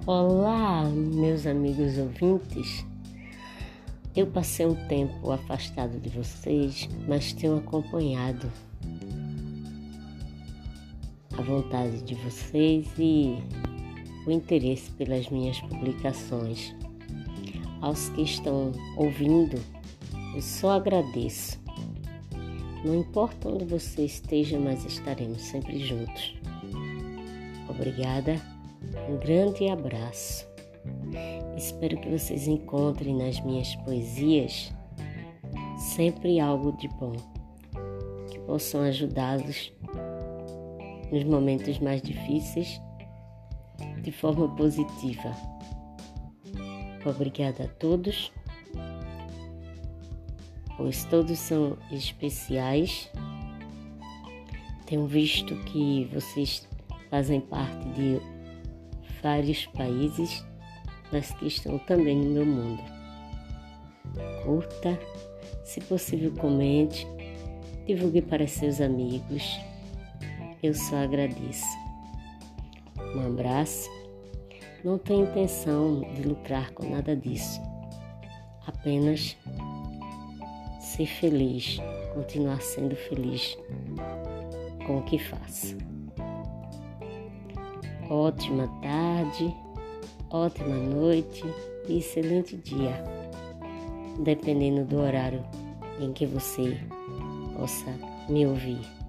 Olá, meus amigos ouvintes. Eu passei um tempo afastado de vocês, mas tenho acompanhado a vontade de vocês e o interesse pelas minhas publicações. Aos que estão ouvindo, eu só agradeço. Não importa onde você esteja, mas estaremos sempre juntos. Obrigada. Um grande abraço. Espero que vocês encontrem nas minhas poesias sempre algo de bom, que possam ajudá-los nos momentos mais difíceis de forma positiva. Obrigada a todos, pois todos são especiais. Tenho visto que vocês fazem parte de vários países, mas que estão também no meu mundo. Curta, se possível comente, divulgue para seus amigos. Eu só agradeço. Um abraço. Não tenho intenção de lucrar com nada disso. Apenas ser feliz, continuar sendo feliz com o que faço. Ótima tarde, ótima noite e excelente dia, dependendo do horário em que você possa me ouvir.